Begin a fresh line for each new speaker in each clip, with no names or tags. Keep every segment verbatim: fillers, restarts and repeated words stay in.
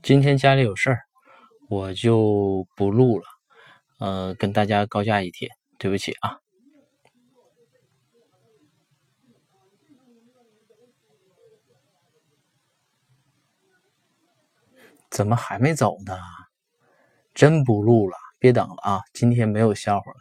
今天家里有事儿，我就不录了，呃，跟大家告假一天，对不起啊。怎么还没走呢？真不录了，别等了啊，今天没有笑话了。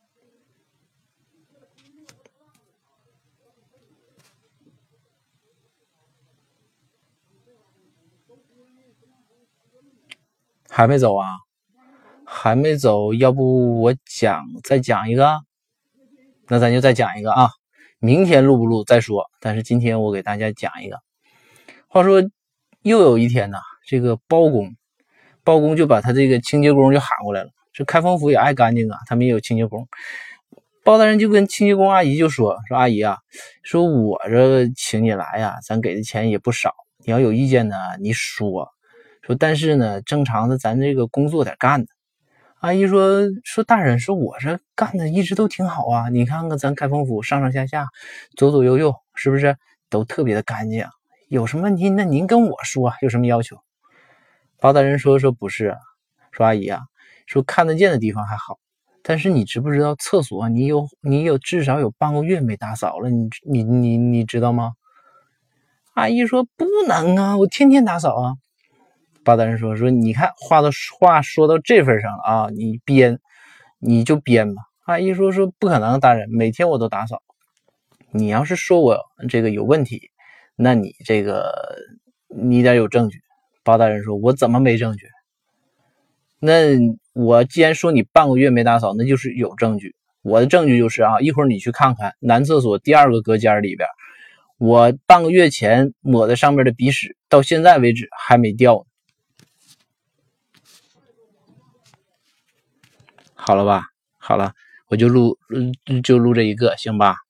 还没走啊？还没走，要不我讲再讲一个？那咱就再讲一个啊。明天录不录再说，但是今天我给大家讲一个。话说又有一天呢，这个包公，包公就把他这个清洁工就喊过来了。这开封府也爱干净啊，他们也有清洁工。包大人就跟清洁工阿姨就说：“说阿姨啊，说我这请你来呀、啊，咱给的钱也不少，你要有意见呢，你说说。但是呢，正常的咱这个工作得干的。”阿姨说：“说大人，说我这干的一直都挺好啊，你看看咱开封府上上下下，左左右右，是不是都特别的干净？有什么问题那您跟我说，有什么要求？”包大人说：“说不是，说阿姨啊，说看得见的地方还好。”但是你知不知道厕所你有你有至少有半个月没打扫了，你你你你知道吗？阿姨说不能啊，我天天打扫啊。包大人说说你看话都话说到这份上了啊，你编你就编吧。阿姨说说不可能，大人每天我都打扫。你要是说我这个有问题，那你这个你得有证据。包大人说我怎么没证据？那我既然说你半个月没打扫，那就是有证据。我的证据就是啊，一会儿你去看看男厕所第二个隔间里边，我半个月前抹在上面的鼻屎，到现在为止还没掉呢。好了吧，好了，我就录就录这一个，行吧？